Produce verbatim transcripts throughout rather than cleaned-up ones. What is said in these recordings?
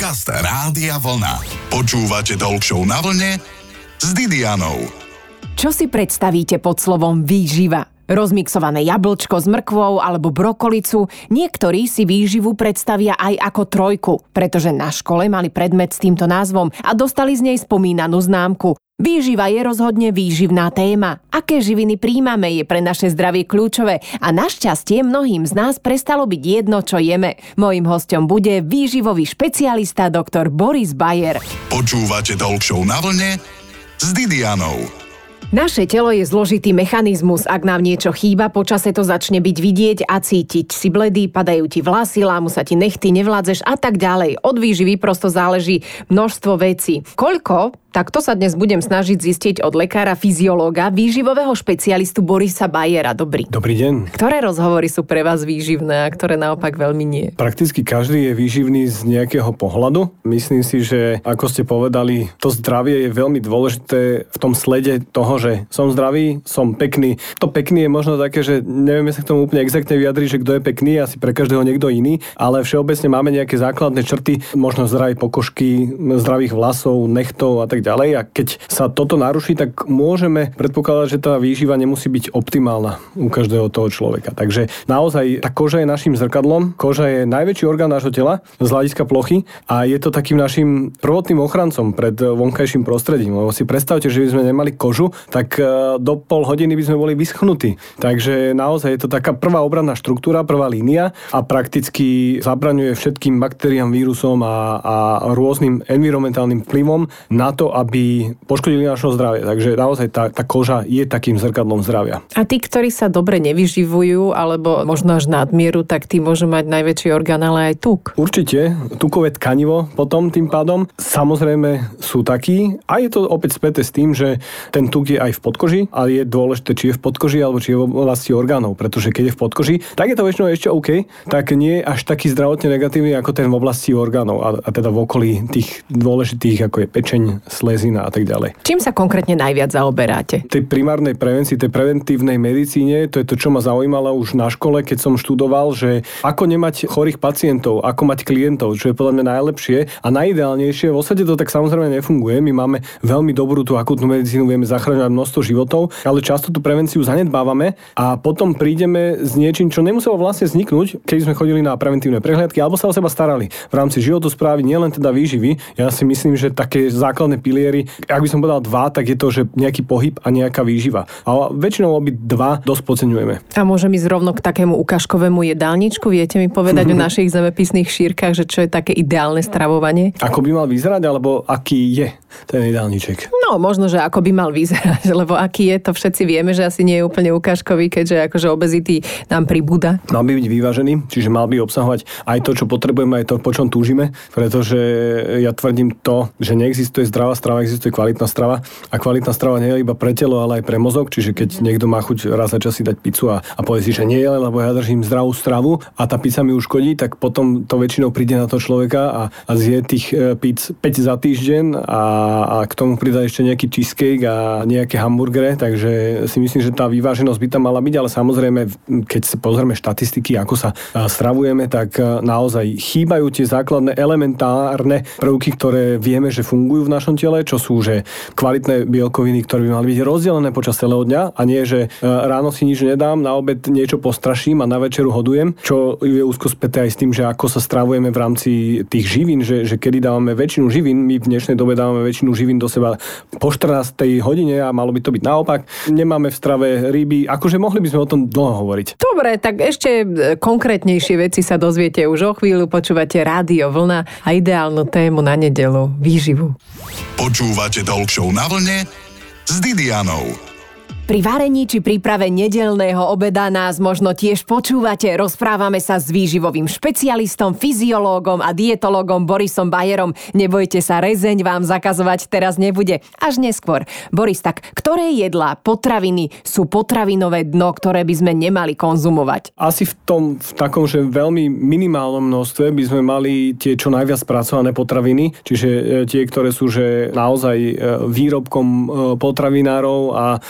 Podcast Rádia Vlna. Počúvate talk show Na vlne s Didianou. Čo si predstavíte pod slovom výživa? Rozmixované jablčko s mrkvou alebo brokolicu? Niektorí si výživu predstavia aj ako trojku, pretože na škole mali predmet s týmto názvom a dostali z nej spomínanú známku. Výživa je rozhodne výživná téma. Aké živiny príjmame, je pre naše zdravie kľúčové a našťastie mnohým z nás prestalo byť jedno, čo jeme. Mojím hosťom bude výživový špecialista doktor Boris Bayer. Počúvate talk show Na vlne s Didianou. Naše telo je zložitý mechanizmus. Ak nám niečo chýba, počase to začne byť vidieť a cítiť. Si bledý, padajú ti vlasy, lámu sa ti nechty, nevládzeš a tak ďalej. Od výživy prosto záleží množstvo vecí. Koľko? Tak to sa dnes budem snažiť zistiť od lekára fyziológa, výživového špecialistu Borisa Bayera. Dobrý. Dobrý deň. Ktoré rozhovory sú pre vás výživné a ktoré naopak veľmi nie? Prakticky každý je výživný z nejakého pohľadu. Myslím si, že ako ste povedali, to zdravie je veľmi dôležité v tom slede toho, že som zdravý, som pekný. To pekný je možno také, že nevieme sa k tomu úplne exaktne vyjadriť, že kto je pekný, asi pre každého niekto iný, ale všeobecne máme nejaké základné črty, možno zdravé pokožky, zdravých vlasov, nechtov a tak ďalej. A keď sa toto naruší, tak môžeme predpokladať, že tá výživa nemusí byť optimálna u každého toho človeka. Takže naozaj tá koža je našim zrkadlom. Koža je najväčší orgán nášho tela z hľadiska plochy a je to takým našim prvotným ochrancom pred vonkajším prostredím. Lebo si predstavte, že by sme nemali kožu, tak do pol hodiny by sme boli vyschnutí. Takže naozaj je to taká prvá obranná štruktúra, prvá línia a prakticky zabraňuje všetkým baktériám, vírusom a, a rôznym environmentálnym vplyvom na to, aby poškodili naše zdravie. Takže naozaj tá, tá koža je takým zrkadlom zdravia. A tí, ktorí sa dobre nevyživujú, alebo možno až nadmieru, tak tí môžu mať najväčší orgán, ale aj tuk. Určite. Tukové tkanivo potom tým pádom. Samozrejme sú takí. A je to opäť späté s tým, že ten tuk je aj v podkoži, ale je dôležité, či je v podkoži, alebo či je v oblasti orgánov. Pretože keď je v podkoži, tak je to väčšinou ešte OK, tak nie je až taký zdravotne negatívny, ako ten v oblasti orgánov. A, a teda v okolí tých dôležitých, ako je pečeň, slezina a tak ďalej. Čím sa konkrétne najviac zaoberáte? Tej primárnej prevencii, tej preventívnej medicíne, to je to, čo ma zaujímalo už na škole, keď som študoval, že ako nemať chorých pacientov, ako mať klientov, čo je podľa mňa najlepšie a najideálnejšie. Vo svete to tak samozrejme nefunguje. My máme veľmi dobrú tú akútnu medicínu, vieme zachraňovať množstvo životov, ale často tú prevenciu zanedbávame a potom prídeme s niečím, čo nemuselo vlastne vzniknúť, keď sme chodili na preventívne prehliadky alebo sa o seba starali. V rámci životosprávy, nielen teda výživy. Ja si myslím, že také základné piliery, ak by som povedal dva, tak je to, že nejaký pohyb a nejaká výživa. A väčšinou obi dva dosť podceňujeme. A môžem ísť rovno k takému ukážkovému jedálničku? Viete mi povedať o našich zemepisných šírkach, že čo je také ideálne stravovanie? Ako by mal vyzerať, alebo aký je ten jedálniček? No, možno, že ako by mal vyzerať, lebo aký je, to všetci vieme, že asi nie je úplne ukážkový, keďže akože obezity nám pribúda. Mal by byť vyvážený, čiže mal by obsahovať aj to, čo potrebujeme, aj to, po čom túžime, pretože ja tvrdím to, že neexistuje zdravá strava, existuje kvalitná strava a kvalitná strava nie je iba pre telo, ale aj pre mozog, čiže keď niekto má chuť raz za čas si dať pizzu a, a povie si, že nie, lebo ja držím zdravú stravu a tá pizza mi uškodí, tak potom to väčšinou príde na toho človeka a, a zje tých pizz päť za týždeň a, a k tomu pridá ešte nejaký cheesecake a nejaké hamburgery, takže si myslím, že tá vyváženosť by tam mala byť, ale samozrejme, keď si pozrieme štatistiky, ako sa stravujeme, tak naozaj chýbajú tie základné elementárne prvky, ktoré vieme, že fungujú v našom tele, čo sú že kvalitné bielkoviny, ktoré by mali byť rozdelené počas celého dňa a nie, že ráno si nič nedám, na obed niečo postraším a na večeru hodujem, čo je úzko späté aj s tým, že ako sa stravujeme v rámci tých živín, že, že kedy dávame väčšinu živín, my v dnešnej dobe dávame väčšinu živín do seba po štrnástej hodine a malo by to byť naopak. Nemáme v strave ryby, akože mohli by sme o tom dlho hovoriť. Dobre, tak ešte konkrétnejšie veci sa dozviete už o chvíľu, počúvate Rádio Vlna a ideálnu tému na nedeľu, výživu. Počúvate talk show Na vlne s Didianou. Pri varení či príprave nedeľného obeda nás možno tiež počúvate. Rozprávame sa s výživovým špecialistom, fyziológom a dietológom Borisom Bayerom. Nebojte sa, rezeň vám zakazovať teraz nebude. Až neskôr. Boris, tak ktoré jedlá, potraviny sú potravinové dno, ktoré by sme nemali konzumovať? Asi v tom, v takom, že veľmi minimálnom množstve by sme mali tie čo najviac spracované potraviny, čiže tie, ktoré sú že naozaj výrobkom potravinárov a, a nemajú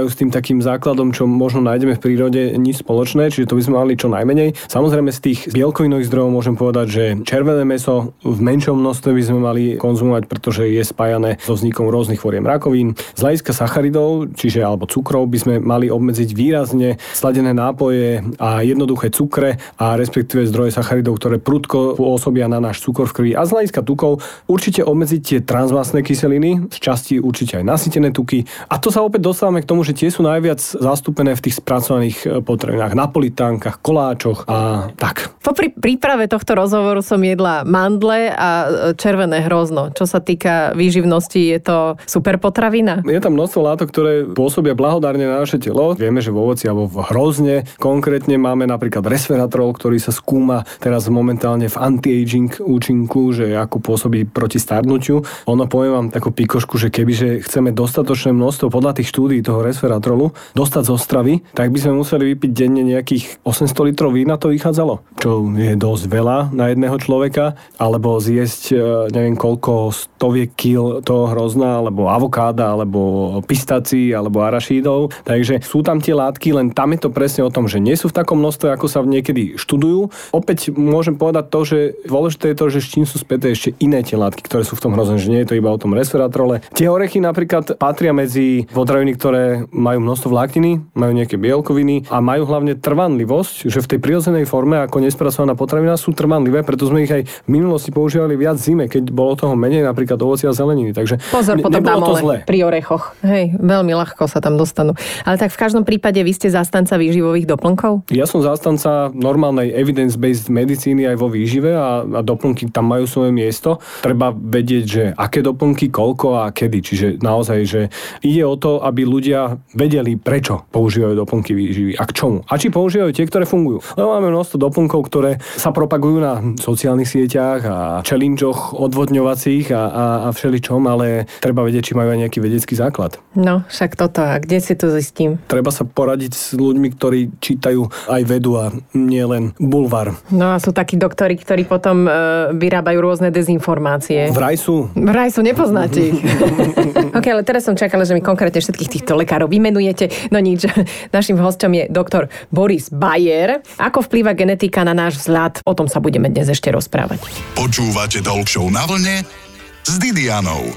nemajú s tým takým základom, čo možno nájdeme v prírode, nič spoločné, čiže to by sme mali čo najmenej. Samozrejme z tých bielkovinových zdrojov môžem povedať, že červené mäso v menšom množstve by sme mali konzumovať, pretože je spájané so vznikom rôznych foriem rakovín. Z hľadiska sacharidov, čiže alebo cukrov, by sme mali obmedziť výrazne sladené nápoje a jednoduché cukre a respektíve zdroje sacharidov, ktoré prudko pôsobia na náš cukor v krvi. A z hľadiska tukov určite obmedziť tie transmastné kyseliny, z časti určite aj nasýtené tuky. A to sa opäť dostávame k tomu, že tie sú najviac zastúpené v tých spracovaných potravinách, napolitánkach, koláčoch a tak. Popri príprave tohto rozhovoru som jedla mandle a červené hrozno. Čo sa týka výživnosti, je to super potravina? Je tam množstvo látok, ktoré pôsobia blahodárne na naše telo. Vieme, že vo ovoci alebo v hrozne konkrétne máme napríklad resveratrol, ktorý sa skúma teraz momentálne v anti-aging účinku, že ako pôsobí proti starnutiu. Ono, poviem vám takú pikošku, že kebyže chceme dostatočné množstvo podľa tých štúdií toho resveratrolu dostať zo stravy, tak by sme museli vypiť denne nejakých osemsto litrov vína, to vychádzalo. Čo je dosť veľa na jedného človeka, alebo zjesť neviem koľko stoviek kil toho hrozna, alebo avokáda, alebo pistácií, alebo arašídov. Takže sú tam tie látky, len tam je to presne o tom, že nie sú v takom množstve, ako sa niekedy študujú. Opäť môžem povedať to, že dôležité je to, že s čím sú späté ešte iné tie látky, ktoré sú v tom hrozne, že nie je to iba o tom resveratrole. Tie orechy napríklad patria medzi potraviny, ktoré majú množstvo vlákniny, majú nejaké bielkoviny a majú hlavne trvanlivosť, že v tej prirodzenej forme ako nespracovaná potravina sú trvanlivé, preto sme ich aj v minulosti používali viac zime, keď bolo toho menej, napríklad ovocia a zeleniny. Takže pozor, ne, potom nebolo to zle. Pri orechoch. Hej, veľmi ľahko sa tam dostanú. Ale tak v každom prípade vy ste zástanca výživových doplnkov? Ja som zástanca normálnej evidence-based medicíny aj vo výžive a, a doplnky tam majú svoje miesto. Treba vedieť, že aké doplnky, koľko a kedy. Čiže naozaj, že ide o to, aby ľudia vedeli, prečo používajú doplnky výživy a k čomu. A či používajú tie, ktoré fungujú. Lebo máme množstvo doplnkov, ktoré sa propagujú na sociálnych sieťach a challengeoch odvodňovacích a, a, a všeličom, ale treba vedieť, či majú aj nejaký vedecký základ. No, však toto. A kde si to zistím? Treba sa poradiť s ľuďmi, ktorí čítajú aj vedu a nie len bulvár. No a sú takí doktori, ktorí potom e, vyrábajú rôzne dezinformácie. Vraj sú. Vraj sú, nepoznáte ich. OK, ale teraz som čakala, že mi konkrétne všetkých týchto lekárov vymenujete. No nič. Naším hosťom je doktor Boris Bayer. Ako vplýva genetika na náš vzhľad? O tom sa budeme dnes ešte rozprávať. Počúvate Talk Show Na vlne s Didianou.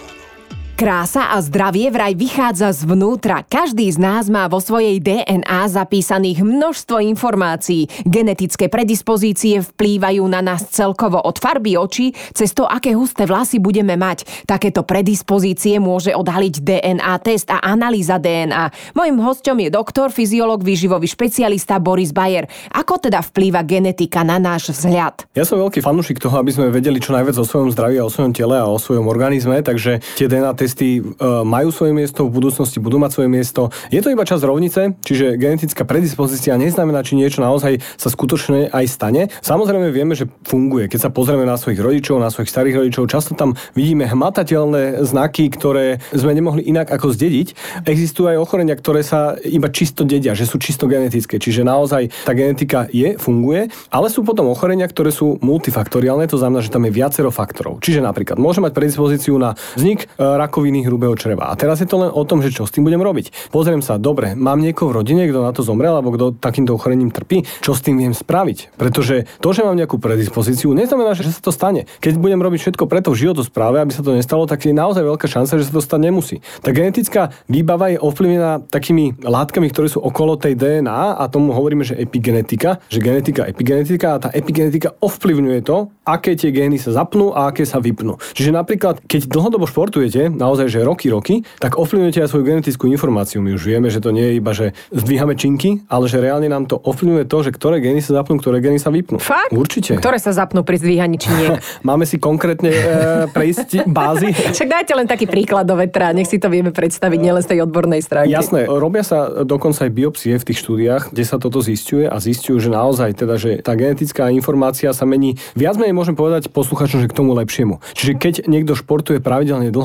Krása a zdravie vraj vychádza zvnútra. Každý z nás má vo svojej dé en á zapísaných množstvo informácií. Genetické predispozície vplývajú na nás celkovo od farby očí cez to, aké husté vlasy budeme mať. Takéto predispozície môže odhaliť dé en á test a analýza dé en á. Mojím hosťom je doktor, fyziológ, výživový špecialista Boris Bayer. Ako teda vplýva genetika na náš vzhľad? Ja som veľký fanúšik toho, aby sme vedeli čo najviac o svojom zdraví a o svojom tele a o svojom organizme, takže tie dé en á testy majú svoje miesto, v budúcnosti budú mať svoje miesto. Je to iba časť rovnice, čiže genetická predispozícia neznamená, či niečo naozaj sa skutočne aj stane. Samozrejme vieme, že funguje. Keď sa pozrieme na svojich rodičov, na svojich starých rodičov, často tam vidíme hmatateľné znaky, ktoré sme nemohli inak ako zdediť. Existujú aj ochorenia, ktoré sa iba čisto dedia, že sú čisto genetické. Čiže naozaj tá genetika je, funguje, ale sú potom ochorenia, ktoré sú multifaktoriálne, to znamená, že tam je viacero faktorov. Čiže napríklad môže mať predispozíciu na vznik rakoviny hrubého čreva. A teraz je to len o tom, že čo s tým budem robiť. Pozriem sa, dobre, mám niekoho v rodine, kto na to zomrel alebo kto takýmto ochorením trpí, čo s tým viem spraviť? Pretože to, že mám nejakú predispozíciu, neznamená, že sa to stane. Keď budem robiť všetko preto v životospráve, aby sa to nestalo, tak je naozaj veľká šanca, že sa to stať nemusí. Tá genetická výbava je ovplyvnená takými látkami, ktoré sú okolo tej dé en á a tomu hovoríme, že epigenetika, že genetika, epigenetika a tá epigenetika ovplyvňuje to, aké tie gény sa zapnú a aké sa vypnú. Čiže napríklad, keď dlhodobo športujete, naozaj že roky, roky, tak ovplyvňujete aj svoju genetickú informáciu. My už vieme, že to nie je iba, že zdvíhame činky, ale že reálne nám to ovplyvňuje to, že ktoré gény sa zapnú, ktoré gény sa vypnú. Fakt? Určite. Ktoré sa zapnú pri zdvíhaní činiek? Máme si konkrétne e, prejsť bázy. Však dajte len taký príklad do vetra, nech si to vieme predstaviť nielen z tej odbornej stránky. Jasné, robia sa dokonca aj biopsie v tých štúdiách, kde sa toto zisťuje a zisťujú, že naozaj teda, že tá genetická informácia sa mení. Viac menej môžem povedať posluchačom, že k tomu lepšiemu. Čiže keď niekto športuje pravidelne dlhodobo,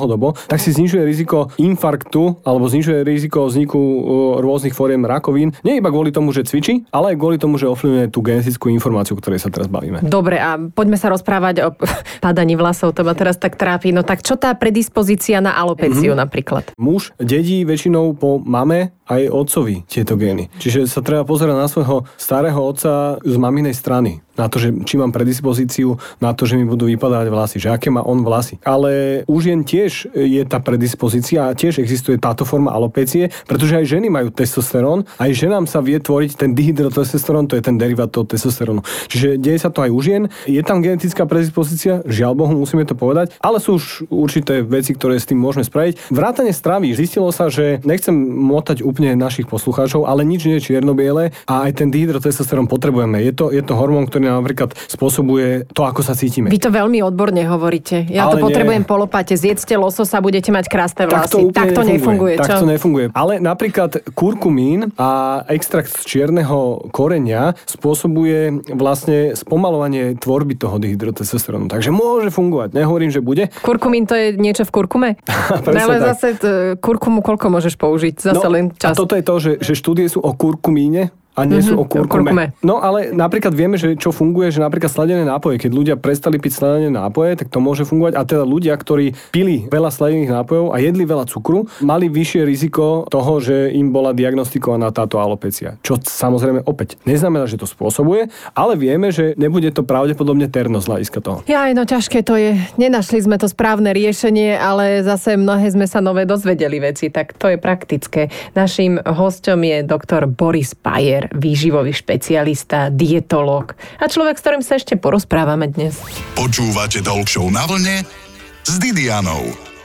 tak si znižuje riziko infarktu alebo znižuje riziko vzniku rôznych foriem rakovín. Nie iba kvôli tomu, že cvičí, ale aj kvôli tomu, že ovplyvňuje tú genetickú informáciu, o ktorej sa teraz bavíme. Dobre, a poďme sa rozprávať o padaní vlasov, to ma teraz tak trápi. No tak čo tá predispozícia na alopéciu mm-hmm. napríklad? Muž dedí väčšinou po mame aj otcovi tieto gény. Čiže sa treba pozerať na svojho starého otca z maminej strany. Na to, že či mám predispozíciu, na to, že mi budú vypadávať vlasy, že aké má on vlasy. Ale u žien tiež je tá predispozícia a tiež existuje táto forma alopécie, pretože aj ženy majú testosterón, aj ženám sa vie tvoriť ten dihydrotestosterón, to je ten derivát toho testosterónu. Čiže deje sa to aj u žien. Je tam genetická predispozícia, žiaľ Bohu, musíme to povedať, ale sú už určité veci, ktoré s tým môžeme spraviť. Vrátane stravy. Zistilo sa, že nechcem motať úplne našich poslucháčov, ale nič nie je čierno-biele a aj ten dihydrotestosterón potrebujeme. Je to, je to hormón, ktorý napríklad spôsobuje to, ako sa cítime. Vy to veľmi odborne hovoríte. Ja ale to potrebujem nie. Po lopate. Zjedzte lososa, budete mať krásne vlasy. Tak to, tak to nefunguje. Tak to nefunguje. Ale napríklad kurkumín a extrakt z čierneho koreňa spôsobuje vlastne spomalovanie tvorby toho dihydrotestosterónu. Takže môže fungovať. Nehovorím, že bude. Kurkumín to je niečo v kurkume? Ale tak. Zase t- kurkumu koľko môžeš použiť? Zase no, len čas. A toto je to, že, že štúdie sú o kurkumíne a nie mm-hmm, sú o kurkume. kurkume. No ale napríklad vieme, že čo funguje, že napríklad sladené nápoje, keď ľudia prestali piť sladené nápoje, tak to môže fungovať. A teda ľudia, ktorí pili veľa sladených nápojov a jedli veľa cukru, mali vyššie riziko toho, že im bola diagnostikovaná táto alopécia. Čo samozrejme opäť neznamená, že to spôsobuje, ale vieme, že nebude to pravdepodobne terno z hľadiska toho. Jaj, no ťažké to je. Nenašli sme to správne riešenie, ale zase mnohé sme sa nové dozvedeli veci, tak to je praktické. Naším hosťom je doktor Boris Pajer, výživový špecialista, dietológ a človek, s ktorým sa ešte porozprávame dnes. Počúvate Talk Show na vlne s Didianou.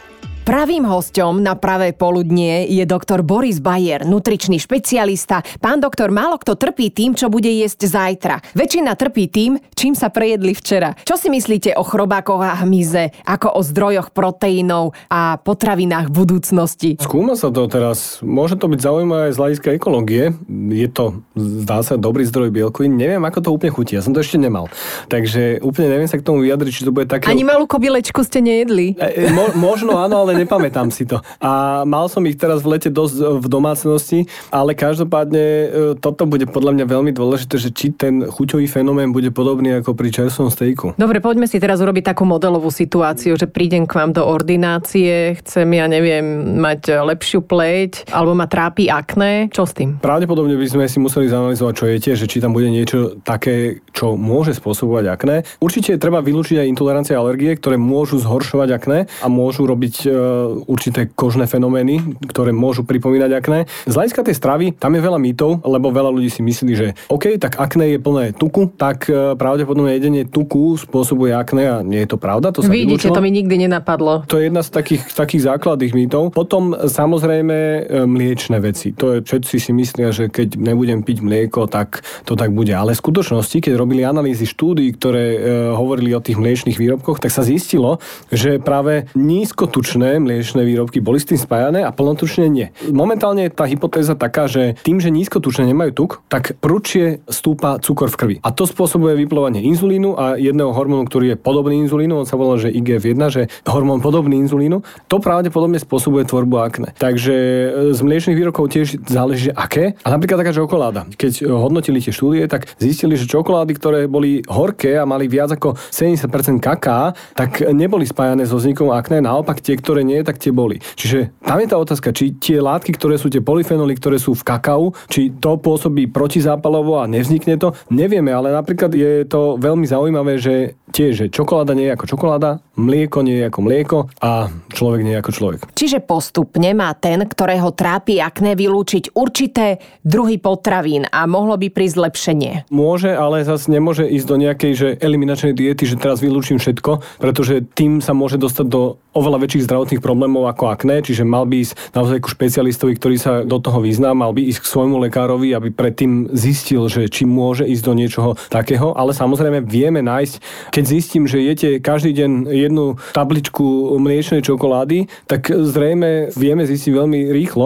Pravým hosťom na pravé poludnie je doktor Boris Bayer, nutričný špecialista. Pán doktor, málo kto trpí tým, čo bude jesť zajtra. Väčšina trpí tým, čím sa prejedli včera. Čo si myslíte o chrobákoch a hmyze, ako o zdrojoch proteínov a potravinách budúcnosti? Skúma sa to teraz. Môže to byť zaujímavé aj z hľadiska ekológie. Je to, zdá sa, dobrý zdroj bielkovín. Neviem, ako to úplne chutí. Ja som to ešte nemal. Takže úplne neviem sa k tomu vyjadriť, či to bude také... Ani malú kobylečku ste nejedli? E, mo- možno áno, ale nepamätám si to. A mal som ich teraz v lete dosť v domácnosti, ale každopádne toto bude podľa mňa veľmi dôležité, že či ten chuťový fenomén bude podobný ako pri čerstvom stejku. Dobre, poďme si teraz urobiť takú modelovú situáciu, že prídem k vám do ordinácie, chcem, ja neviem, mať lepšiu pleť, alebo ma trápi akné. Čo s tým? Pravdepodobne by sme si museli zanalizovať, čo jete, že či tam bude niečo také, čo môže spôsobovať akné. Určite treba vylúčiť aj intolerancie a alergie, ktoré môžu zhoršovať akné a môžu robiť určité kožné fenomény, ktoré môžu pripomínať akné. Z hľadiska tej stravy, tam je veľa mýtov, lebo veľa ľudí si myslí, že OK, tak akné je plné tuku, tak pravdepodobne jedenie tuku spôsobuje akné a nie je to pravda. To sa Vidíte, vylúčilo. To mi nikdy nenapadlo. To je jedna z takých, takých základných mýtov. Potom samozrejme mliečne veci. To je, všetci si myslia, že keď nebudem piť mlieko, tak to tak bude. Ale v skutočnosti, keď robili analýzy štúdií, ktoré e, hovorili o tých mliečnych výrobkoch, tak sa zistilo, že práve nízkotučné mliečne výrobky boli s tým spájané a plnotučné nie. Momentálne je tá hypotéza taká, že tým, že nízkotučné nemajú tuk, tak prudšie stúpa cukor v krvi. A to spôsobuje vypľovanie inzulínu a jedného hormónu, ktorý je podobný inzulínu, on sa volá, že í gé ef jeden, že hormón podobný inzulínu, to pravdepodobne spôsobuje tvorbu akné. Takže z mliečnych výrobkov tiež záleží, že aké. A napríklad taká čokoláda. Keď hodnotili tie štúdie, tak zistili, že čokolády, ktoré boli horké a mali viac ako sedemdesiat percent kaká, tak neboli spájané so vznikom akné, naopak tie, ktoré nie, tak tie boli. Čiže tam je tá otázka, či tie látky, ktoré sú tie polyfenoly, ktoré sú v kakao, či to pôsobí protizápalovo a nevznikne to, nevieme, ale napríklad je to veľmi zaujímavé, že tiež, že čokoláda nie je ako čokoláda, mlieko nie je ako mlieko a človek nie je ako človek. Čiže postupne má ten, ktorého trápi akné, vylúčiť určité druhy potravín a mohlo by prísť zlepšenie. Môže, ale zase nemôže ísť do nejakej že eliminačnej diety, že teraz vylúčim všetko, pretože tým sa môže dostať do oveľa väčších zdravotných problémov ako akné, čiže mal by ísť naozaj ku špecialistovi, ktorý sa do toho vyzná, mal by ísť k svojmu lekárovi, aby predtým zistil, že či môže ísť do niečoho takého, ale samozrejme vieme nájsť, keď zistím, že jete každý deň jednu tabličku mliečnej čokolády, tak zrejme vieme zistiť veľmi rýchlo,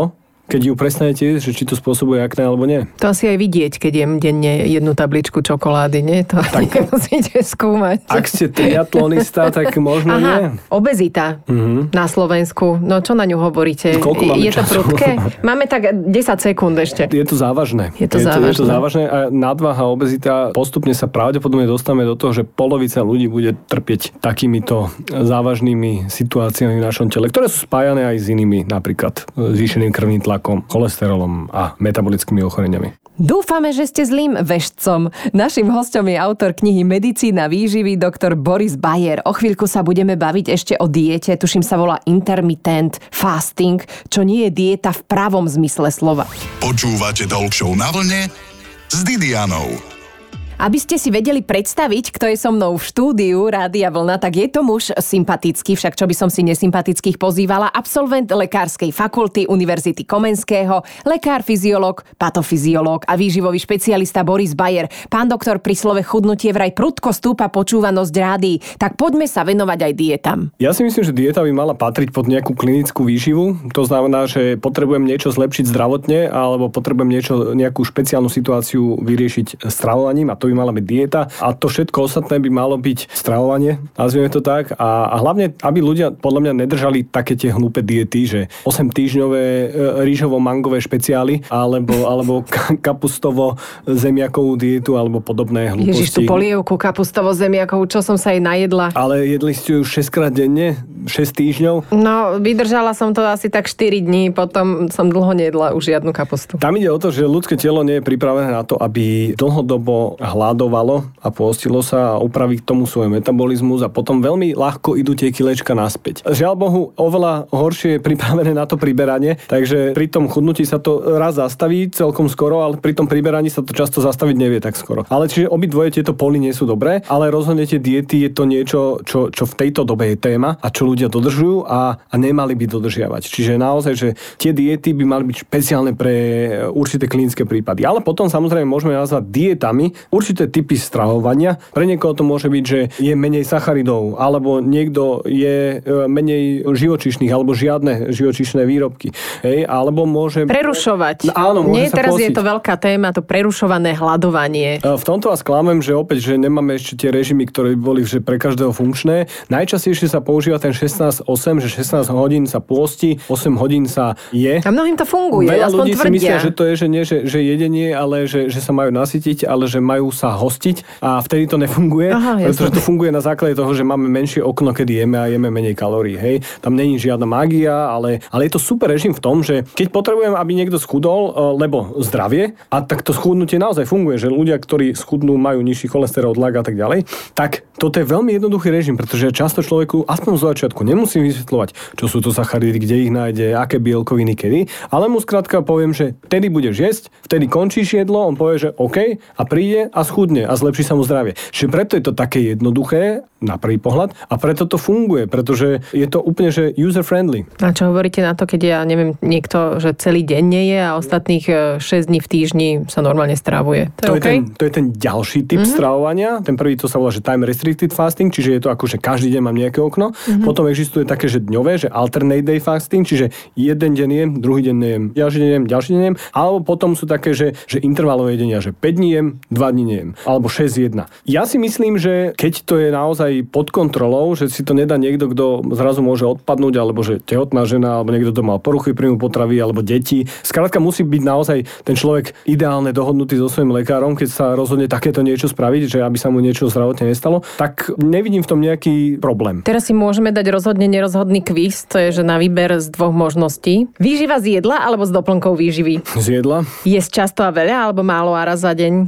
keď ju prestanete jesť, že či to spôsobuje akné alebo nie. To asi aj vidieť, keď jem denne jednu tabličku čokolády, nie? To tak nemusíte skúmať. Ak ste triatlonista, tak možno Aha, nie. obezita uh-huh. na Slovensku. No čo na ňu hovoríte? Koľko máme je to času? prudké? Máme tak desať sekúnd ešte. Je to závažné. Je to je závažné. To, je to závažné a nadváha, obezita, postupne sa pravdepodobne dostávame do toho, že polovica ľudí bude trpieť takýmito závažnými situáciami v našom tele, ktoré sú spájané aj s inými, napríklad zvýšeným krvným tlakom, cholesterolom a metabolickými ochoreniami. Dúfame, že ste zlým veštcom. Naším hosťom je autor knihy Medicína výživy doktor Boris Bayer. O chvíľku sa budeme baviť ešte o diete. Tuším sa volá intermittent fasting, čo nie je dieta v pravom zmysle slova. Počúvate Talk Show na vlne s Didianou. Aby ste si vedeli predstaviť, kto je so mnou v štúdiu Rádia Vlna, tak je to muž sympatický, však čo by som si nesympatických pozývala, absolvent lekárskej fakulty Univerzity Komenského, lekár, fyziológ, patofyziológ a výživový špecialista Boris Bayer. Pán doktor, pri slove chudnutie vraj prudko stúpa počúvanosť rádií, tak poďme sa venovať aj dietam. Ja si myslím, že dieta by mala patriť pod nejakú klinickú výživu. To znamená, že potrebujem niečo zlepšiť zdravotne alebo potrebujem niečo, nejakú špeciálnu situáciu vyriešiť stravovaním a to by mala byť dieta a to všetko ostatné by malo byť stravovanie, nazvieme to tak a, a hlavne, aby ľudia podľa mňa nedržali také tie hlúpe diety, že osem týždňové rýžovo-mangové špeciály alebo, alebo kapustovo zemiakovú dietu alebo podobné hlúposti. Ježiš, tú polievku kapustovo zemiakovú, čo som sa jej najedla. Ale jedli ste ju šesťkrát denne? šesť týždňov? No, vydržala som to asi tak štyri dní, potom som dlho nejedla už žiadnu kapustu. Tam ide o to, že ľudské telo nie je pripravené na to, aby dlhodobo hľadovalo a postilo sa a upraví k tomu svoj metabolizmus a potom veľmi ľahko idú tie kilečka naspäť. Žiaľ Bohu, oveľa horšie je pripravené na to priberanie, takže pri tom chudnutí sa to raz zastaví celkom skoro, ale pri tom priberaní sa to často zastaviť nevie tak skoro. Ale čiže obidvoje tieto poly nie sú dobré, ale rozhodne tie diety je to niečo, čo, čo v tejto dobe je téma a čo ľudia dodržujú a, a nemali by dodržiavať. Čiže naozaj, že tie diety by mali byť špeciálne pre určité klinické prípady. Ale potom samozrejme môžeme nazvať dietami určité typy stravovania. Pre niekoho to môže byť, že je menej sacharidov, alebo niekto je menej živočíšnych, alebo žiadne živočíšne výrobky. Hej, alebo môže... Prerušovať. No, áno, môže Nie, sa teraz postiť. je to veľká téma, to prerušované hľadovanie. V tomto vás klamem, že opäť, že nemáme ešte tie režimy, ktoré by boli že pre každého funkčné. Najčastejšie sa používa ten šestnásť osem, že šestnásť hodín sa pôsti, osem hodín sa je. A mnohým to funguje, Veľa aspoň ľudí tvrdia. si myslia, že to je, že nie, že, že jedenie, ale že, že sa majú nasytiť, ale že majú sa hostiť a vtedy to nefunguje, Aha, pretože to funguje na základe toho, že máme menšie okno, kedy jeme a jeme menej kalórií. Hej. Tam není žiadna mágia, ale, ale je to super režim v tom, že keď potrebujem, aby niekto schudol, lebo zdravie, a tak to schudnutie naozaj funguje, že ľudia, ktorí schudnú, majú nižší cholesterol, tlak a tak ďalej, tak toto je veľmi jednoduchý režim, pretože často človeku aspoň z začiatku nemusím vysvetľovať, čo sú to sacharidy, kde ich nájde, aké bielkoviny, kedy, ale mu skrátka poviem, že vtedy budeš jesť, vtedy končíš jedlo, on povie, že OK a príde a schudne a zlepší sa mu zdravie. Čiže preto je to také jednoduché na prvý pohľad a preto to funguje, pretože je to úplne že user friendly. A čo hovoríte na to, keď ja neviem, niekto, že celý deň nie je a ostatných šesť dní v týždni sa normálne stravuje? To je, to je, okay? ten, to je ten ďalší typ mm-hmm. stravovania. Ten prvý to sa volá, že time restricted fasting, čiže je to ako, že každý deň mám nejaké okno. Mm-hmm. Potom existuje také, že dňové, že alternate day fasting, čiže jeden deň jem, druhý deň nejem, ďalší deň jem, ďalší deň nejem. Alebo potom sú také, že, že intervalové jedenia, že päť dní jem, dva dní nejem. Alebo šesť jeden. Ja si myslím, že keď to je naozaj pod kontrolou, že si to nedá niekto, kto zrazu môže odpadnúť, alebo že tehotná žena, alebo niekto, kto mal poruchy príjmu potravy, alebo deti. Skrátka musí byť naozaj ten človek ideálne dohodnutý so svojím lekárom, keď sa rozhodne takéto niečo spraviť, že aby sa mu niečo zdravotne nestalo, tak nevidím v tom nejaký problém. Teraz si môžeme dať rozhodne nerozhodný kvíz, to je, že na výber z dvoch možností. Výživa z jedla alebo s doplnkou výživy? Z jedla? Jesť často a veľa, alebo málo a raz za deň?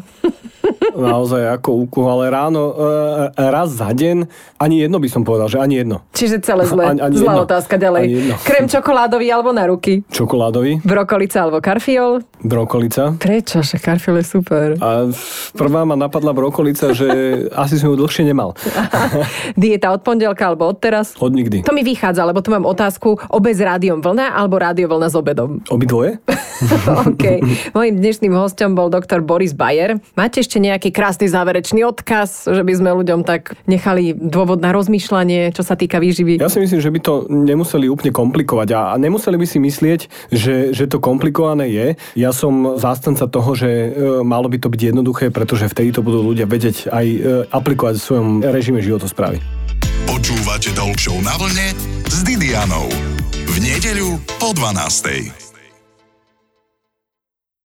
Naozaj ako úkuh, ale ráno e, raz za deň ani jedno by som povedal, že ani jedno. Čiže celé zle. Ani, ani Zlá jedno. otázka ďalej. Krém čokoládový alebo na ruky? Čokoládový. Brokolica alebo karfiol? Brokolica. Prečo? Že karfiol je super. A prvá ma napadla brokolica, že asi som ju dlhšie nemal. Dieta od pondelka alebo od teraz? Od nikdy. To mi vychádza, lebo tu mám otázku obe s rádiom vlna alebo rádio vlna s obedom. Obidvoje? OK. Mojím dnešným hosťom bol doktor Boris Bayer. Máte ešte nejaké taký krásny záverečný odkaz, že by sme ľuďom tak nechali dôvod na rozmýšľanie, čo sa týka výživy? Ja si myslím, že by to nemuseli úplne komplikovať a nemuseli by si myslieť, že, že to komplikované je. Ja som zástanca toho, že e, malo by to byť jednoduché, pretože vtedy to budú ľudia vedieť aj e, aplikovať v svojom režime životosprávy. Počúvate Talk Show na vlne s Didianou. V nedeľu po dvanástej.